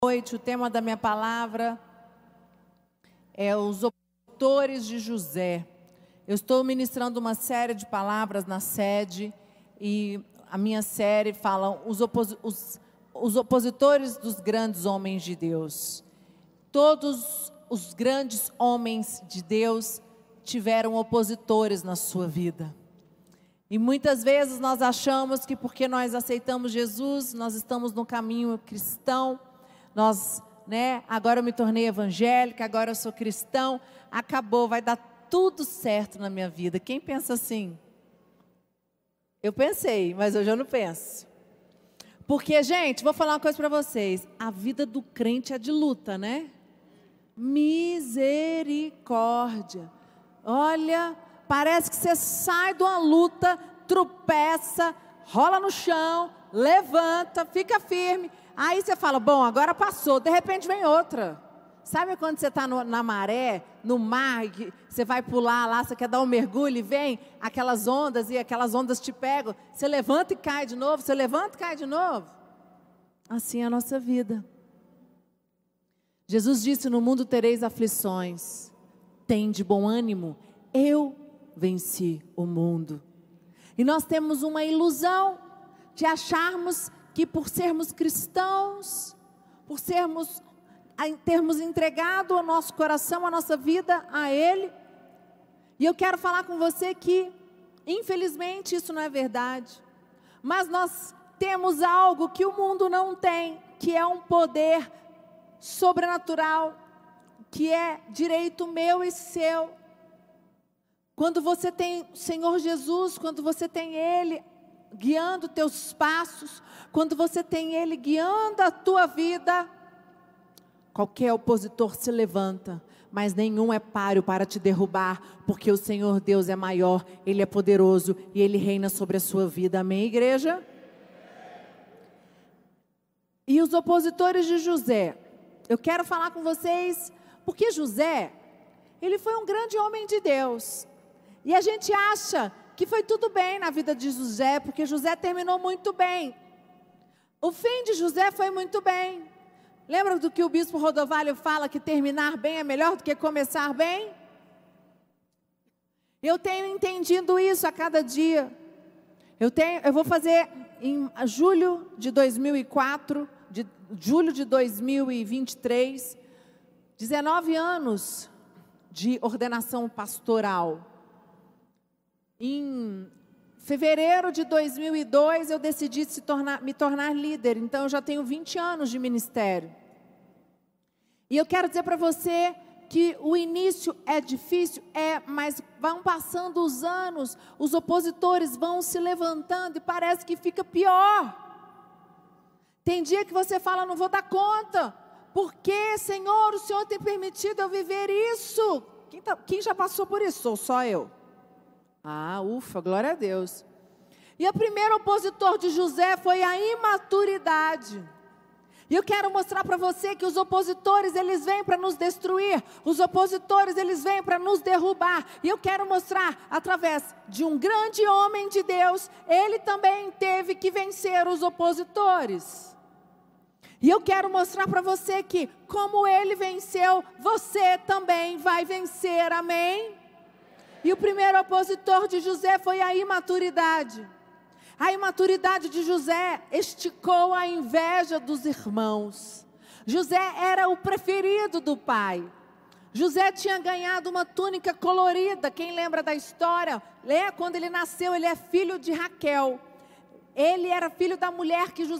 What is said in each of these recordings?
noite, o tema da minha palavra é os opositores de José. Eu estou ministrando uma série de palavras na sede e a minha série fala os opositores dos grandes homens de Deus. Todos os grandes homens de Deus tiveram opositores na sua vida. E muitas vezes nós achamos que porque nós aceitamos Jesus, nós estamos no caminho cristão, agora eu me tornei evangélica, agora eu sou cristão, acabou, vai dar tudo certo na minha vida. Quem pensa assim? Eu pensei, mas hoje eu não penso. Porque, gente, vou falar uma coisa para vocês, a vida do crente é de luta, né? Misericórdia. Olha, parece que você sai de uma luta, tropeça, rola no chão, levanta, fica firme. Aí você fala, bom, agora passou, de repente vem outra. Sabe quando você está na maré, no mar, você vai pular lá, você quer dar um mergulho e vem aquelas ondas e aquelas ondas te pegam, você levanta e cai de novo, você levanta e cai de novo. Assim é a nossa vida. Jesus disse, no mundo tereis aflições, tem de bom ânimo, eu venci o mundo. E nós temos uma ilusão de acharmos que por sermos cristãos, por termos entregado o nosso coração, a nossa vida a Ele. E eu quero falar com você que, infelizmente, isso não é verdade. Mas nós temos algo que o mundo não tem, que é um poder sobrenatural, que é direito meu e seu. Quando você tem o Senhor Jesus, quando você tem Ele guiando teus passos, quando você tem Ele guiando a tua vida, qualquer opositor se levanta, mas nenhum é páreo para te derrubar, porque o Senhor Deus é maior, Ele é poderoso e Ele reina sobre a sua vida. Amém, igreja? E os opositores de José, eu quero falar com vocês, porque José, ele foi um grande homem de Deus, e a gente acha que foi tudo bem na vida de José, porque José terminou muito bem. O fim de José foi muito bem. Lembra do que o bispo Rodovalho fala, que terminar bem é melhor do que começar bem? Eu tenho entendido isso a cada dia. Eu vou fazer em julho de 2004, julho de 2023, 19 anos de ordenação pastoral. Em fevereiro de 2002, eu decidi me tornar líder, então eu já tenho 20 anos de ministério. E eu quero dizer para você que o início é difícil, mas vão passando os anos, os opositores vão se levantando e parece que fica pior. Tem dia que você fala, não vou dar conta, porque, Senhor, o Senhor tem permitido eu viver isso. Quem já passou por isso? Sou só eu. Ah, ufa, glória a Deus. E o primeiro opositor de José foi a imaturidade. E eu quero mostrar para você que os opositores, eles vêm para nos destruir. Os opositores, eles vêm para nos derrubar. E eu quero mostrar, através de um grande homem de Deus, ele também teve que vencer os opositores. E eu quero mostrar para você que, como ele venceu, você também vai vencer, amém? E o primeiro opositor de José foi a imaturidade. A imaturidade de José esticou a inveja dos irmãos. José era o preferido do pai. José tinha ganhado uma túnica colorida. Quem lembra da história? Quando ele nasceu, ele é filho de Raquel. Ele era filho da mulher que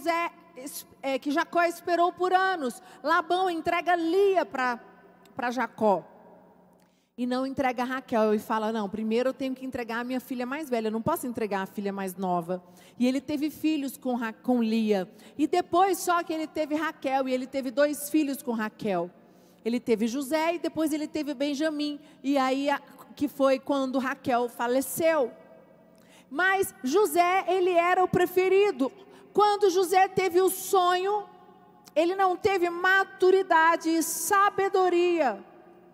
Jacó esperou por anos. Labão entrega Lia para Jacó. E não entrega a Raquel, e fala, não, primeiro eu tenho que entregar a minha filha mais velha, eu não posso entregar a filha mais nova. E ele teve filhos com Lia, e depois só que ele teve Raquel, e ele teve 2 filhos com Raquel. Ele teve José, e depois ele teve Benjamim, e aí que foi quando Raquel faleceu. Mas José, ele era o preferido. Quando José teve o sonho, ele não teve maturidade e sabedoria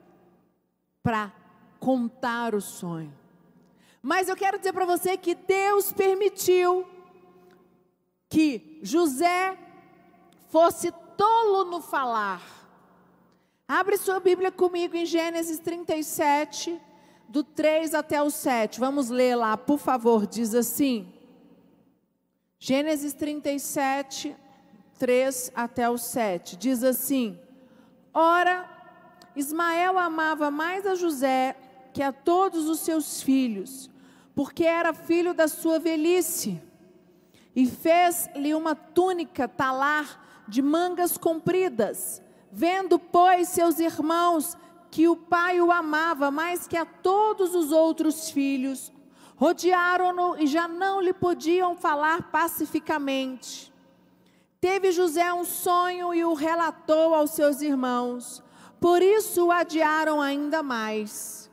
para contar o sonho. Mas eu quero dizer para você que Deus permitiu que José fosse tolo no falar. Abre sua Bíblia comigo em Gênesis 37, do 3 até o 7. Vamos ler lá, por favor. Diz assim, Gênesis 37, 3 até o 7. Diz assim: Ora, Ismael amava mais a José que a todos os seus filhos, porque era filho da sua velhice, e fez-lhe uma túnica talar de mangas compridas. Vendo, pois, seus irmãos que o pai o amava mais que a todos os outros filhos, rodearam-no e já não lhe podiam falar pacificamente. Teve José um sonho e o relatou aos seus irmãos, por isso o odiaram ainda mais,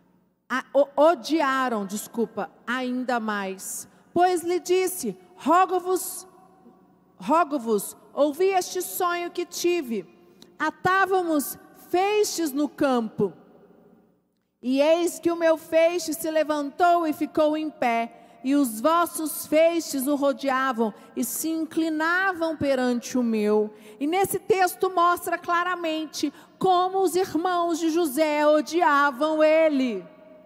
pois lhe disse: rogo-vos, ouvi este sonho que tive. Atávamos feixes no campo, e eis que o meu feixe se levantou e ficou em pé, e os vossos feixes o rodeavam e se inclinavam perante o meu. E nesse texto mostra claramente como os irmãos de José odiavam ele.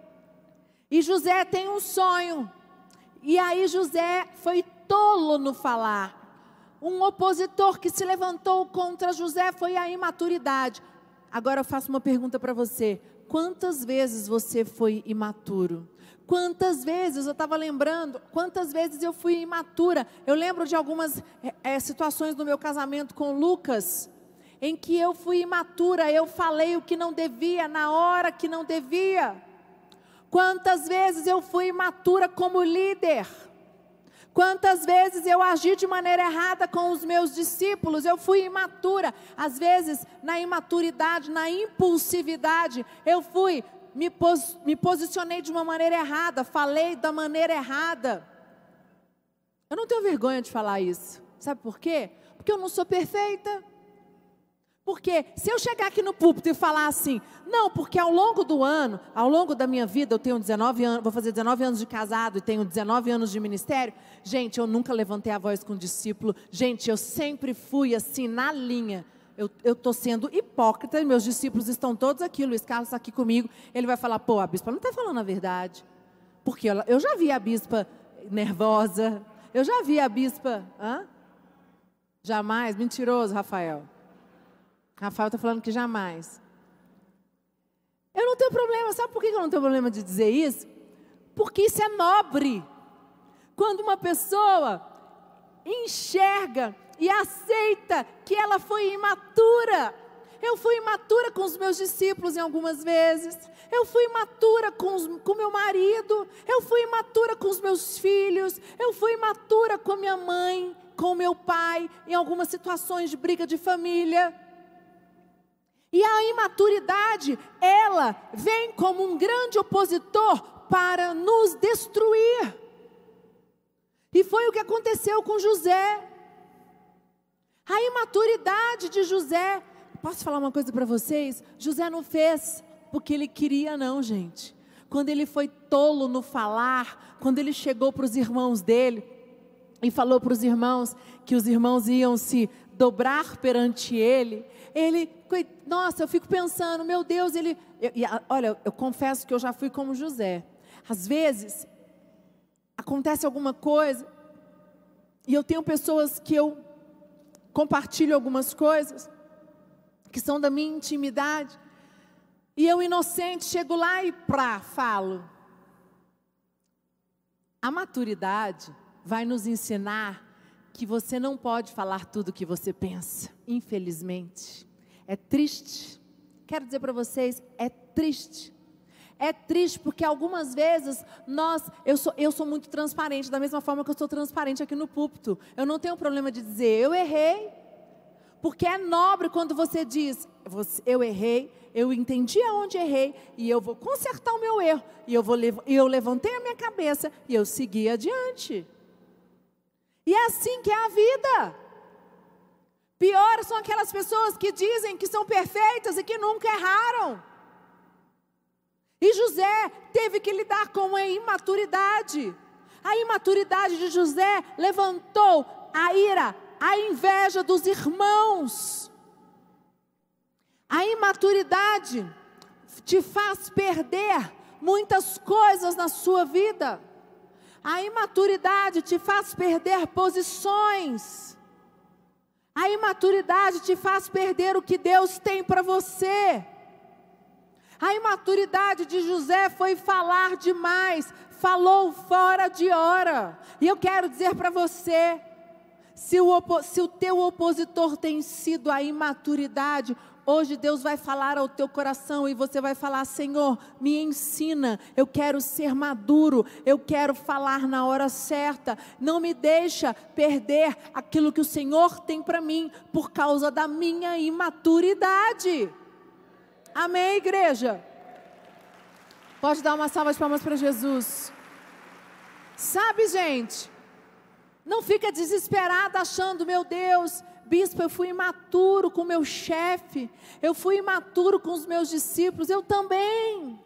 E José tem um sonho, e aí José foi tolo no falar. Um opositor que se levantou contra José foi a imaturidade. Agora eu faço uma pergunta para você: quantas vezes você foi imaturo? Quantas vezes, eu estava lembrando, quantas vezes eu fui imatura? Eu lembro de algumas situações do meu casamento com o Lucas, em que eu fui imatura, eu falei o que não devia, na hora que não devia. Quantas vezes eu fui imatura como líder? Quantas vezes eu agi de maneira errada com os meus discípulos? Eu fui imatura. Às vezes, na imaturidade, na impulsividade, eu me posicionei de uma maneira errada, falei da maneira errada. Eu não tenho vergonha de falar isso. Sabe por quê? Porque eu não sou perfeita. Porque se eu chegar aqui no púlpito e falar assim, não, porque ao longo do ano, ao longo da minha vida, eu tenho 19 anos, vou fazer 19 anos de casado e tenho 19 anos de ministério. Gente, eu nunca levantei a voz com o discípulo. Gente, eu sempre fui assim, na linha. Eu estou sendo hipócrita e meus discípulos estão todos aqui. Luiz Carlos está aqui comigo. Ele vai falar, pô, a bispa não está falando a verdade. Porque eu já vi a bispa nervosa. Eu já vi a bispa... Jamais? Mentiroso, Rafael. Rafael está falando que jamais. Eu não tenho problema. Sabe por que eu não tenho problema de dizer isso? Porque isso é nobre. Quando uma pessoa enxerga e aceita que ela foi imatura. Eu fui imatura com os meus discípulos em algumas vezes. Eu fui imatura com meu marido. Eu fui imatura com os meus filhos. Eu fui imatura com minha mãe, com meu pai, em algumas situações de briga de família. E a imaturidade, ela vem como um grande opositor para nos destruir. E foi o que aconteceu com José. A imaturidade de José, posso falar uma coisa para vocês? José não fez porque ele queria não, gente. Quando ele foi tolo no falar, quando ele chegou para os irmãos dele e falou para os irmãos que os irmãos iam se dobrar perante ele, nossa, eu fico pensando, meu Deus, olha, eu confesso que eu já fui como José. Às vezes, acontece alguma coisa, e eu tenho pessoas que eu compartilho algumas coisas, que são da minha intimidade, e eu inocente chego lá e falo. A maturidade vai nos ensinar que você não pode falar tudo o que você pensa, infelizmente. É triste, quero dizer para vocês, é triste. É triste porque algumas vezes eu sou muito transparente, da mesma forma que eu sou transparente aqui no púlpito. Eu não tenho problema de dizer, eu errei. Porque é nobre quando você diz, eu errei, eu entendi aonde errei, e eu vou consertar o meu erro. E eu levantei a minha cabeça e eu segui adiante. E é assim que é a vida. Pior são aquelas pessoas que dizem que são perfeitas e que nunca erraram. E José teve que lidar com a imaturidade. A imaturidade de José levantou a ira, a inveja dos irmãos. A imaturidade te faz perder muitas coisas na sua vida. A imaturidade te faz perder posições. A imaturidade te faz perder o que Deus tem para você. A imaturidade de José foi falar demais, falou fora de hora. E eu quero dizer para você, se o teu opositor tem sido a imaturidade, hoje Deus vai falar ao teu coração e você vai falar: Senhor, me ensina, eu quero ser maduro, eu quero falar na hora certa, não me deixa perder aquilo que o Senhor tem para mim, por causa da minha imaturidade. Amém, igreja? Pode dar uma salva de palmas para Jesus. Sabe, gente, não fica desesperada achando: meu Deus, bispo, eu fui imaturo com meu chefe, eu fui imaturo com os meus discípulos. Eu também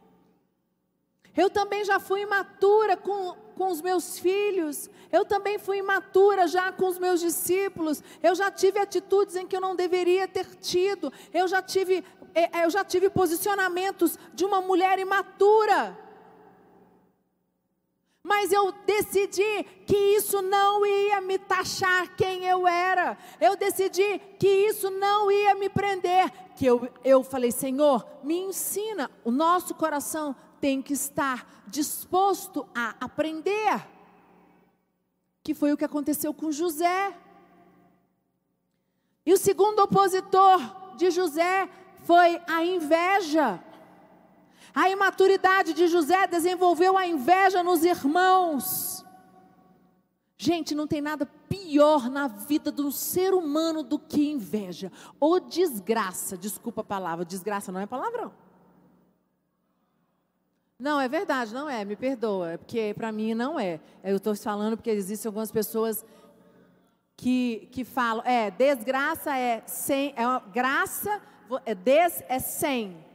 já fui imatura com os meus filhos, eu também fui imatura já com os meus discípulos, eu já tive atitudes em que eu não deveria ter tido, eu já tive posicionamentos de uma mulher imatura. Mas eu decidi que isso não ia me taxar quem eu era. Eu decidi que isso não ia me prender. Que eu falei: Senhor, me ensina. O nosso coração tem que estar disposto a aprender. Que foi o que aconteceu com José. E o segundo opositor de José foi a inveja. A imaturidade de José desenvolveu a inveja nos irmãos. Gente, não tem nada pior na vida de um ser humano do que inveja ou desgraça. Desculpa a palavra, desgraça não é palavrão. Não, é verdade, não é, me perdoa, é porque para mim não é. Eu estou falando porque existem algumas pessoas que falam: desgraça é sem, é uma graça, é sem.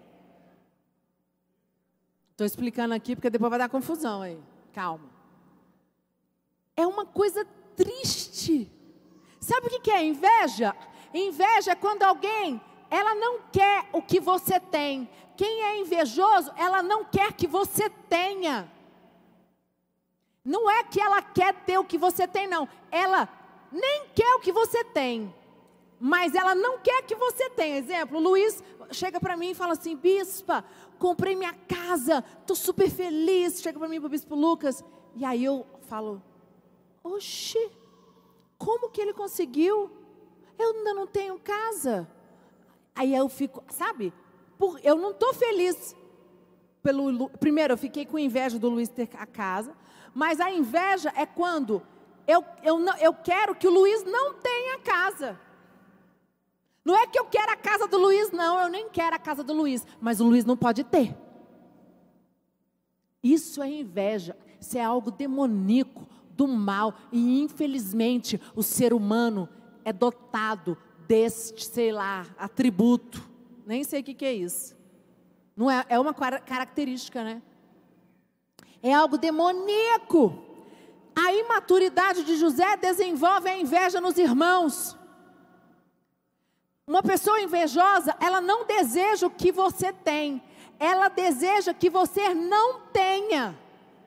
Estou explicando aqui porque depois vai dar confusão aí. Calma. É uma coisa triste. Sabe o que é inveja? Inveja é quando alguém, ela não quer o que você tem. Quem é invejoso, ela não quer que você tenha. Não é que ela quer ter o que você tem, não. Ela nem quer o que você tem, mas ela não quer que você tenha. Exemplo, o Luiz chega para mim e fala assim: bispa, comprei minha casa, estou super feliz. Chega para mim, para o bispo Lucas, e aí eu falo: oxi, como que ele conseguiu? Eu ainda não tenho casa. Aí eu fico, sabe, eu não estou feliz. Primeiro, eu fiquei com inveja do Luiz ter a casa, mas a inveja é quando eu quero que o Luiz não tenha casa. Não é que eu quero a casa do Luiz, não, eu nem quero a casa do Luiz, mas o Luiz não pode ter. Isso é inveja, isso é algo demoníaco, do mal, e infelizmente o ser humano é dotado deste, sei lá, atributo, nem sei o que é isso. Não é, é uma característica, né? É algo demoníaco. A imaturidade de José desenvolve a inveja nos irmãos. Uma pessoa invejosa, ela não deseja o que você tem, ela deseja que você não tenha.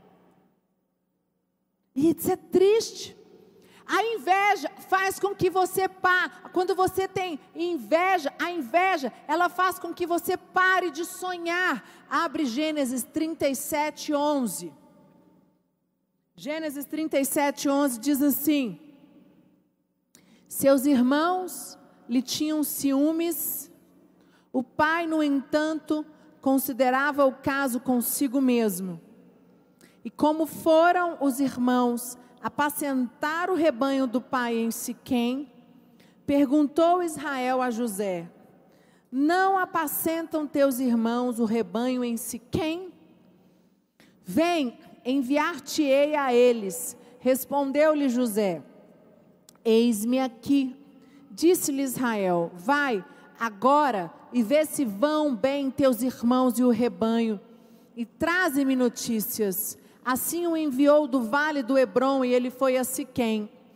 E isso é triste. A inveja faz com que você pare. Quando você tem inveja, a inveja, ela faz com que você pare de sonhar. Abre Gênesis 37, 11. Gênesis 37, 11 diz assim: seus irmãos lhe tinham ciúmes, o pai, no entanto, considerava o caso consigo mesmo. E como foram os irmãos apacentar o rebanho do pai em Siquém, perguntou Israel a José: não apacentam teus irmãos o rebanho em Siquém? Vem, enviar-te-ei a eles. Respondeu-lhe José: eis-me aqui. Disse-lhe Israel: vai agora e vê se vão bem teus irmãos e o rebanho, e traze-me notícias. Assim o enviou do vale do Hebrom, e ele foi a Siquém.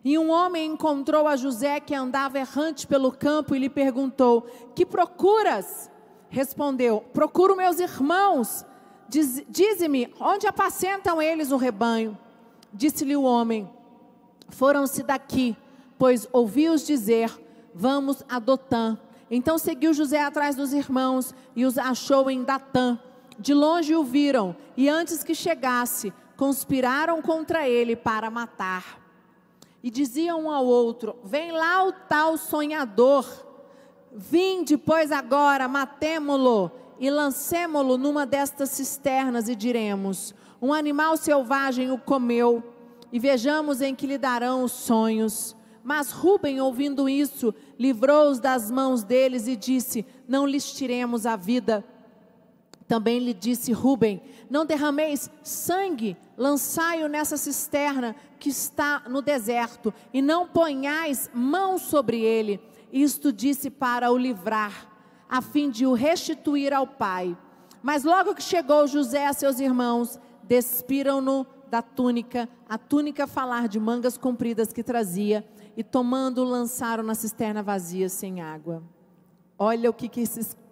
E um homem encontrou a José, que andava errante pelo campo, e lhe perguntou: que procuras? Respondeu: procuro meus irmãos. Dize-me, onde apacentam eles o rebanho? Disse-lhe o homem: foram-se daqui, pois ouvi-os dizer: vamos a Dotã. Então seguiu José atrás dos irmãos e os achou em Datã. De longe o viram, e antes que chegasse, conspiraram contra ele para matar. E diziam um ao outro: vem lá o tal sonhador. Vinde, pois agora, matemo-lo e lancemo-lo numa destas cisternas, e diremos: um animal selvagem o comeu, e vejamos em que lhe darão os sonhos. Mas Ruben, ouvindo isso, livrou-os das mãos deles e disse: não lhes tiremos a vida. Também lhe disse Ruben: não derrameis sangue, lançai-o nessa cisterna que está no deserto, e não ponhais mão sobre ele. Isto disse para o livrar, a fim de o restituir ao pai. Mas logo que chegou José a seus irmãos, despiram-no da túnica, a túnica falar de mangas compridas que trazia, e tomando-o lançaram na cisterna vazia sem água. Olha o que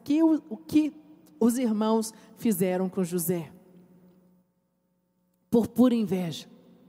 os irmãos fizeram com José, por pura inveja.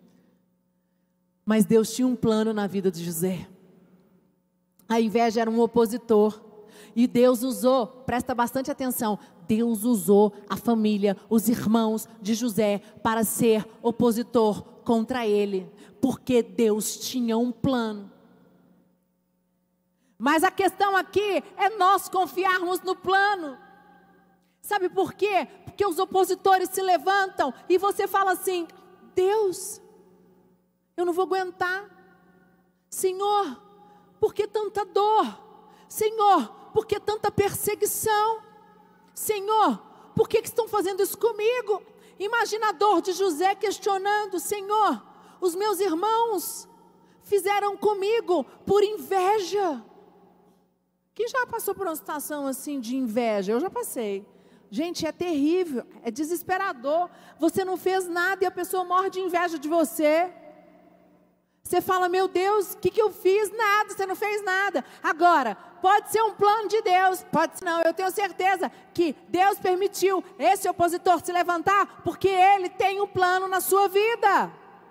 Mas Deus tinha um plano na vida de José. A inveja era um opositor, e Deus usou, presta bastante atenção, Deus usou a família, os irmãos de José, para ser opositor contra ele, porque Deus tinha um plano. Mas a questão aqui é nós confiarmos no plano. Sabe por quê? Porque os opositores se levantam e você fala assim: Deus, eu não vou aguentar. Senhor, por que tanta dor? Senhor, por que tanta perseguição? Senhor, por que estão fazendo isso comigo? Imagina a dor de José questionando: Senhor, os meus irmãos fizeram comigo por inveja. Quem já passou por uma situação assim de inveja? Eu já passei. Gente, é terrível, é desesperador. Você não fez nada e a pessoa morre de inveja de você. Você fala: meu Deus, o que eu fiz? Nada, você não fez nada. Agora, pode ser um plano de Deus, pode ser não. Eu tenho certeza que Deus permitiu esse opositor se levantar, porque Ele tem um plano na sua vida.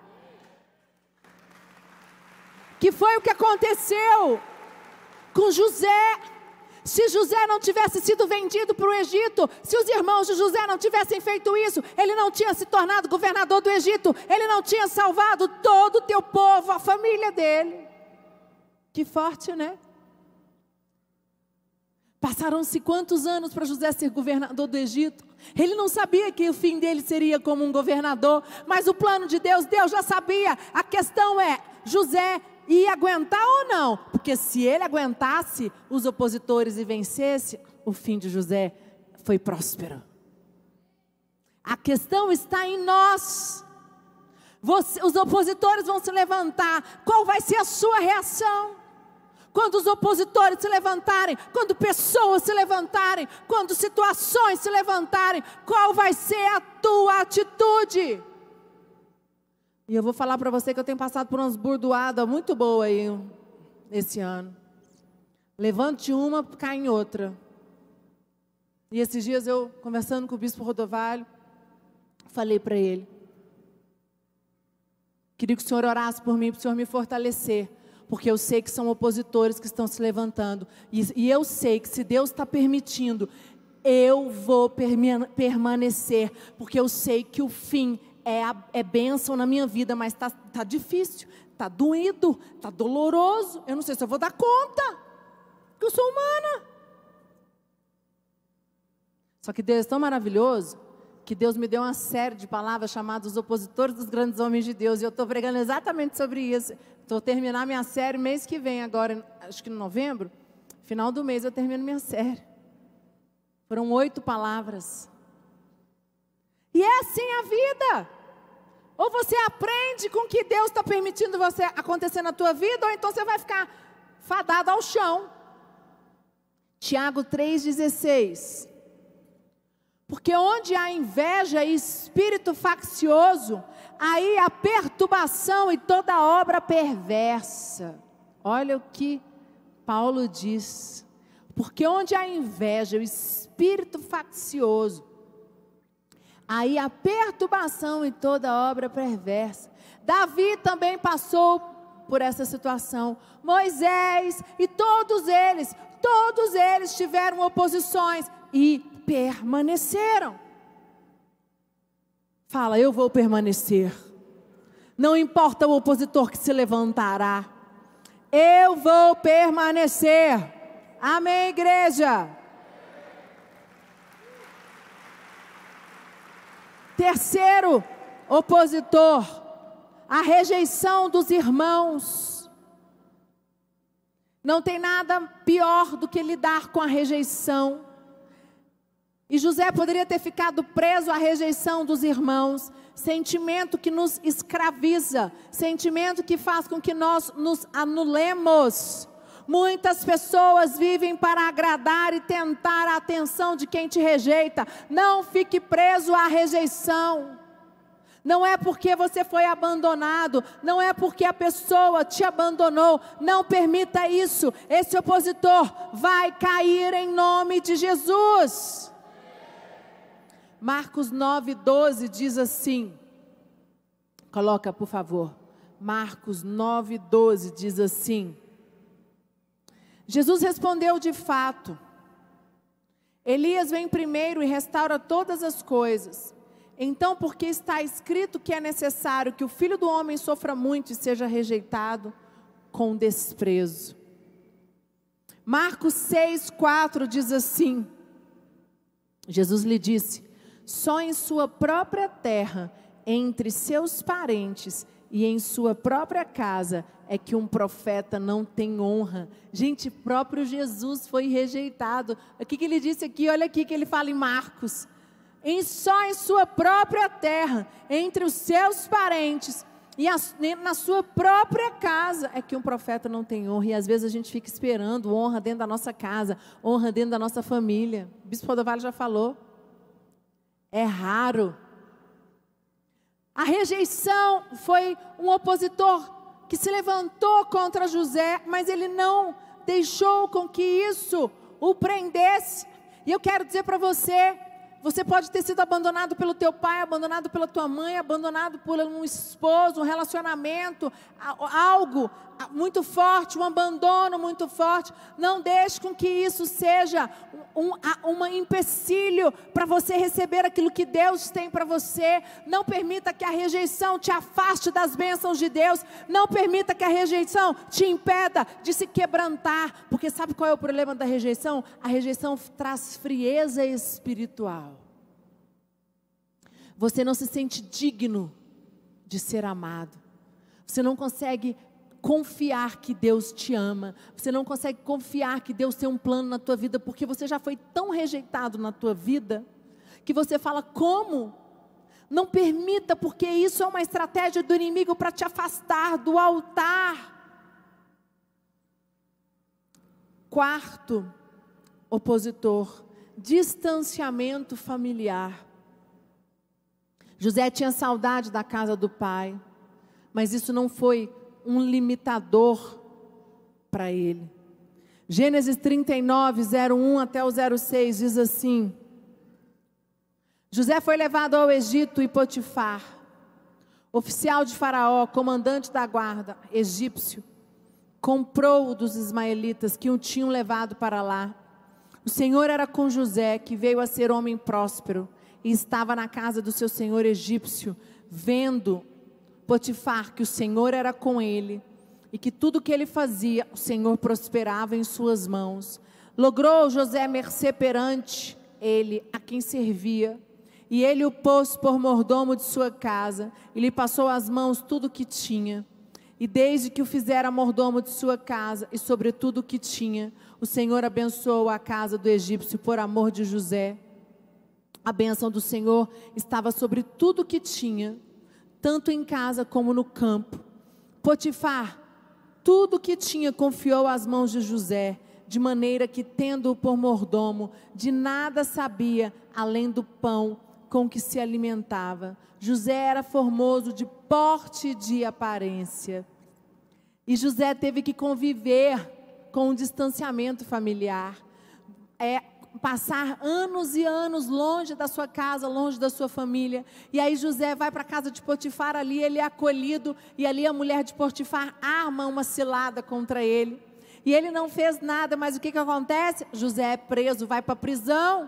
Que foi o que aconteceu com José. Se José não tivesse sido vendido para o Egito, se os irmãos de José não tivessem feito isso, ele não tinha se tornado governador do Egito, ele não tinha salvado todo o teu povo, a família dele. Que forte, né? Passaram-se quantos anos para José ser governador do Egito? Ele não sabia que o fim dele seria como um governador, mas o plano de Deus, Deus já sabia. A questão é: José ia aguentar ou não? Porque se ele aguentasse os opositores e vencesse, o fim de José foi próspero. A questão está em nós. Os opositores vão se levantar. Qual vai ser a sua reação? Quando os opositores se levantarem, quando pessoas se levantarem, quando situações se levantarem, qual vai ser a tua atitude? E eu vou falar para você que eu tenho passado por umas burdoadas muito boas aí esse ano. Levante uma, cai em outra. E esses dias eu, conversando com o bispo Rodovalho, falei para ele: queria que o senhor orasse por mim, para o senhor me fortalecer, porque eu sei que são opositores que estão se levantando, e eu sei que se Deus está permitindo, eu vou permanecer, porque eu sei que o fim é bênção na minha vida, mas está difícil, está doído, está doloroso. Eu não sei se eu vou dar conta, porque eu sou humana. Só que Deus é tão maravilhoso, que Deus me deu uma série de palavras chamadas Os Opositores dos Grandes Homens de Deus, e eu estou pregando exatamente sobre isso. Estou terminando minha série mês que vem, agora, acho que em novembro, final do mês eu termino minha série. Foram 8 palavras. E é assim a vida. Ou você aprende com o que Deus está permitindo você acontecer na tua vida, ou então você vai ficar fadado ao chão. Tiago 3,16. Porque onde há inveja e espírito faccioso, aí há perturbação e toda obra perversa. Olha o que Paulo diz. Porque onde há inveja, o espírito faccioso, aí há perturbação e toda obra perversa. Davi também passou por essa situação. Moisés e todos eles tiveram oposições e permaneceram. Fala, eu vou permanecer. Não importa o opositor que se levantará. Eu vou permanecer. Amém, igreja? Terceiro opositor, a rejeição dos irmãos. Não tem nada pior do que lidar com a rejeição. E José poderia ter ficado preso à rejeição dos irmãos, sentimento que nos escraviza, sentimento que faz com que nós nos anulemos. Muitas pessoas vivem para agradar e tentar a atenção de quem te rejeita. Não fique preso à rejeição. Não é porque você foi abandonado, não é porque a pessoa te abandonou. Não permita isso. Esse opositor vai cair em nome de Jesus. Marcos 9:12 diz assim, coloca por favor, Marcos 9:12 diz assim, Jesus respondeu de fato, Elias vem primeiro e restaura todas as coisas, então porque está escrito que é necessário que o Filho do Homem sofra muito e seja rejeitado com desprezo. Marcos 6:4 diz assim, Jesus lhe disse, só em sua própria terra, entre seus parentes e em sua própria casa, é que um profeta não tem honra. Gente, próprio Jesus foi rejeitado. O que ele disse aqui? Olha aqui que ele fala em Marcos. Só em sua própria terra, entre os seus parentes e na sua própria casa, é que um profeta não tem honra. E às vezes a gente fica esperando honra dentro da nossa casa, honra dentro da nossa família. O Bispo Rodovalho já falou. É raro. A rejeição foi um opositor que se levantou contra José, mas ele não deixou com que isso o prendesse. E eu quero dizer para você, você pode ter sido abandonado pelo teu pai, abandonado pela tua mãe, abandonado por um esposo, um relacionamento, algo muito forte, um abandono muito forte. Não deixe com que isso seja um empecilho para você receber aquilo que Deus tem para você. Não permita que a rejeição te afaste das bênçãos de Deus. Não permita que a rejeição te impeda de se quebrantar. Porque sabe qual é o problema da rejeição? A rejeição traz frieza espiritual. Você não se sente digno de ser amado. Você não consegue confiar que Deus te ama. Você não consegue confiar que Deus tem um plano na tua vida, porque você já foi tão rejeitado na tua vida, que você fala, como? Não permita, porque isso é uma estratégia do inimigo para te afastar do altar. Quarto opositor, distanciamento familiar. José tinha saudade da casa do pai, mas isso não foi um limitador para ele. Gênesis 39, 01 até o 06 diz assim, José foi levado ao Egito e Potifar, oficial de Faraó, comandante da guarda, egípcio, comprou-o dos ismaelitas que o tinham levado para lá. O Senhor era com José, que veio a ser homem próspero, e estava na casa do seu senhor egípcio, vendo Potifar que o Senhor era com ele, e que tudo que ele fazia, o Senhor prosperava em suas mãos. Logrou José mercê perante ele, a quem servia, e ele o pôs por mordomo de sua casa, e lhe passou às mãos tudo o que tinha. E desde que o fizera mordomo de sua casa, e sobre tudo o que tinha, o Senhor abençoou a casa do egípcio por amor de José. A bênção do Senhor estava sobre tudo o que tinha, tanto em casa como no campo. Potifar, tudo o que tinha confiou às mãos de José, de maneira que, tendo-o por mordomo, de nada sabia, além do pão com que se alimentava. José era formoso de porte e de aparência. E José teve que conviver com um distanciamento familiar. Passar anos e anos longe da sua casa, longe da sua família. E aí José vai para a casa de Potifar, ali ele é acolhido, e ali a mulher de Potifar arma uma cilada contra ele. E ele não fez nada, mas o que acontece? José é preso, vai para a prisão.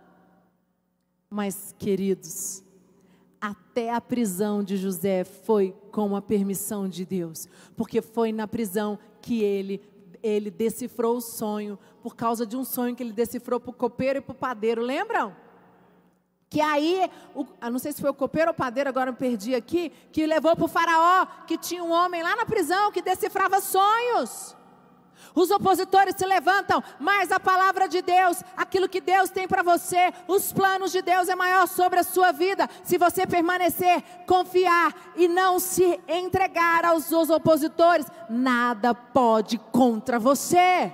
Mas, queridos, até a prisão de José foi com a permissão de Deus, porque foi na prisão que ele decifrou o sonho, por causa de um sonho que ele decifrou para o copeiro e para o padeiro, lembram? Que aí, não sei se foi o copeiro ou o padeiro, agora eu perdi aqui, que levou para o faraó, que tinha um homem lá na prisão que decifrava sonhos. Os opositores se levantam, mas a palavra de Deus, aquilo que Deus tem para você, os planos de Deus é maior sobre a sua vida. Se você permanecer, confiar e não se entregar aos opositores, nada pode contra você.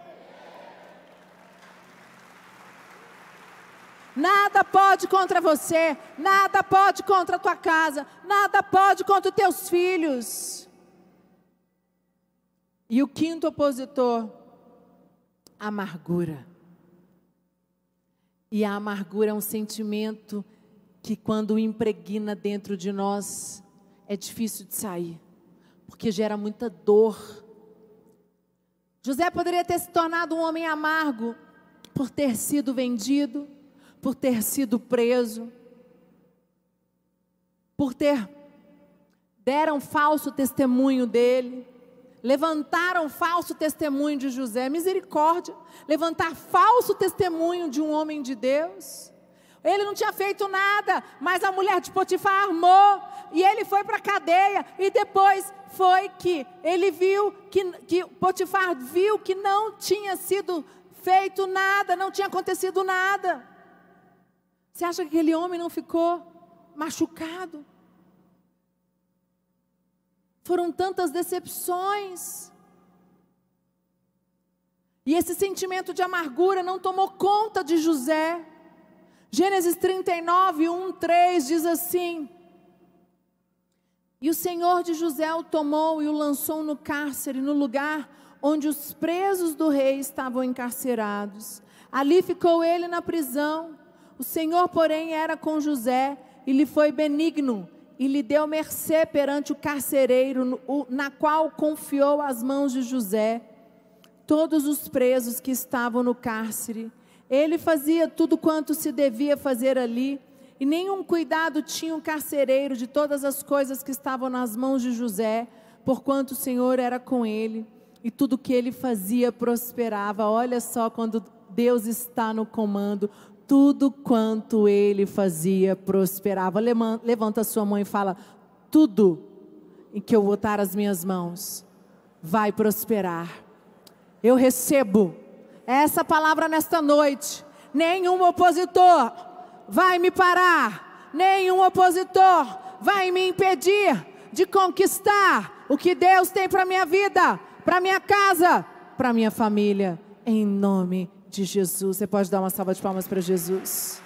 Nada pode contra você, nada pode contra a tua casa, nada pode contra os teus filhos. E o quinto opositor, amargura. E a amargura é um sentimento que, quando impregna dentro de nós, é difícil de sair, porque gera muita dor. José poderia ter se tornado um homem amargo por ter sido vendido, por ter sido preso, por deram falso testemunho dele, levantaram falso testemunho de José. Misericórdia, levantar falso testemunho de um homem de Deus. Ele não tinha feito nada, mas a mulher de Potifar armou, e ele foi para a cadeia, e depois foi que ele viu, que Potifar viu que não tinha sido feito nada, não tinha acontecido nada. Você acha que aquele homem não ficou machucado? Foram tantas decepções. E esse sentimento de amargura não tomou conta de José. Gênesis 39, 1, 3 diz assim: e o Senhor de José o tomou e o lançou no cárcere, no lugar onde os presos do rei estavam encarcerados. Ali ficou ele na prisão. O Senhor, porém, era com José e lhe foi benigno, e lhe deu mercê perante o carcereiro, na qual confiou as mãos de José todos os presos que estavam no cárcere. Ele fazia tudo quanto se devia fazer ali, e nenhum cuidado tinha o carcereiro de todas as coisas que estavam nas mãos de José, porquanto o Senhor era com ele, e tudo que ele fazia prosperava. Olha só, quando Deus está no comando, tudo quanto ele fazia prosperava. Levanta a sua mão e fala: tudo em que eu botar as minhas mãos vai prosperar. Eu recebo essa palavra nesta noite. Nenhum opositor vai me parar, nenhum opositor vai me impedir de conquistar o que Deus tem para minha vida, para minha casa, para minha família, em nome de Jesus. Você pode dar uma salva de palmas para Jesus.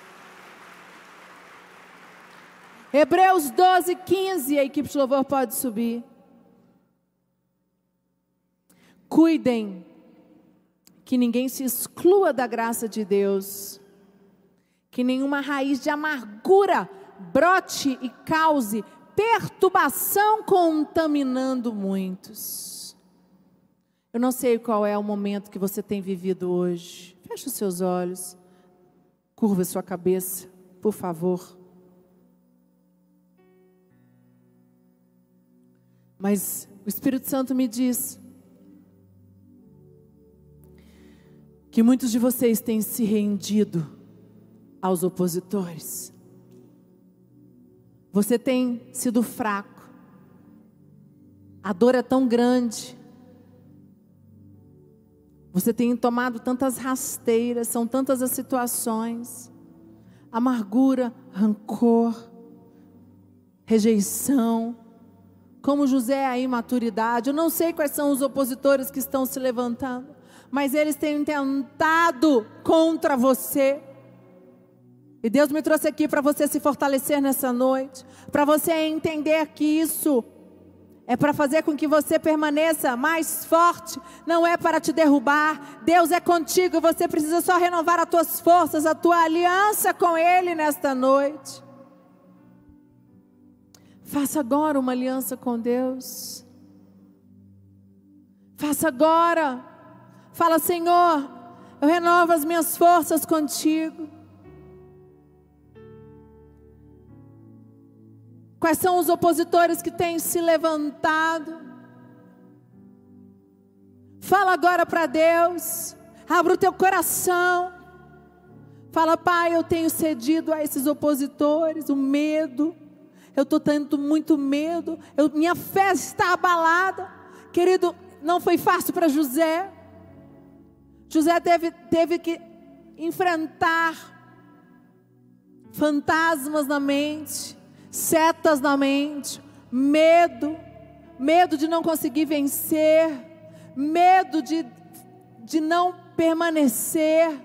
Hebreus 12, 15, a equipe de louvor pode subir. Cuidem que ninguém se exclua da graça de Deus, que nenhuma raiz de amargura brote e cause perturbação, contaminando muitos. Eu não sei qual é o momento que você tem vivido hoje. Feche os seus olhos, curva sua cabeça, por favor. Mas o Espírito Santo me diz que muitos de vocês têm se rendido aos opositores. Você tem sido fraco. A dor é tão grande. Você tem tomado tantas rasteiras, são tantas as situações. Amargura, rancor, rejeição. Como José, a imaturidade. Eu não sei quais são os opositores que estão se levantando, mas eles têm tentado contra você. E Deus me trouxe aqui para você se fortalecer nessa noite, para você entender que isso é para fazer com que você permaneça mais forte, não é para te derrubar. Deus é contigo, você precisa só renovar as tuas forças, a tua aliança com Ele nesta noite. Faça agora uma aliança com Deus. Faça agora. Fala: Senhor, eu renovo as minhas forças contigo. Quais são os opositores que têm se levantado? Fala agora para Deus. Abra o teu coração. Fala: Pai, eu tenho cedido a esses opositores, o medo. Eu estou tendo muito medo. Minha fé está abalada. Querido, não foi fácil para José. José teve que enfrentar fantasmas na mente, setas na mente, medo de não conseguir vencer, medo de não permanecer.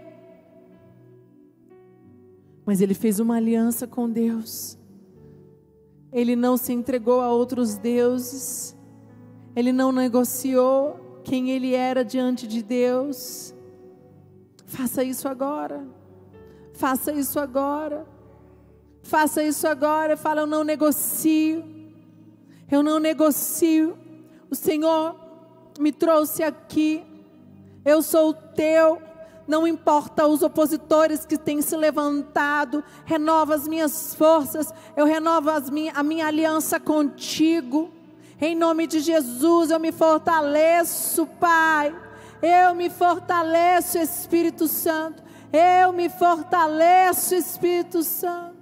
Mas ele fez uma aliança com Deus. Ele não se entregou a outros deuses. Ele não negociou quem ele era diante de Deus. Faça isso agora. Faça isso agora. Faça isso agora. Fala: eu não negocio. Eu não negocio. O Senhor me trouxe aqui. Eu sou teu. Não importa os opositores que têm se levantado. Renova as minhas forças. Eu renovo a minha aliança contigo. Em nome de Jesus, eu me fortaleço, Pai. Eu me fortaleço, Espírito Santo. Eu me fortaleço, Espírito Santo.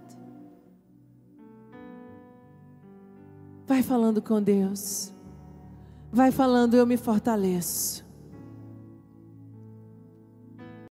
Vai falando com Deus. Vai falando: eu me fortaleço.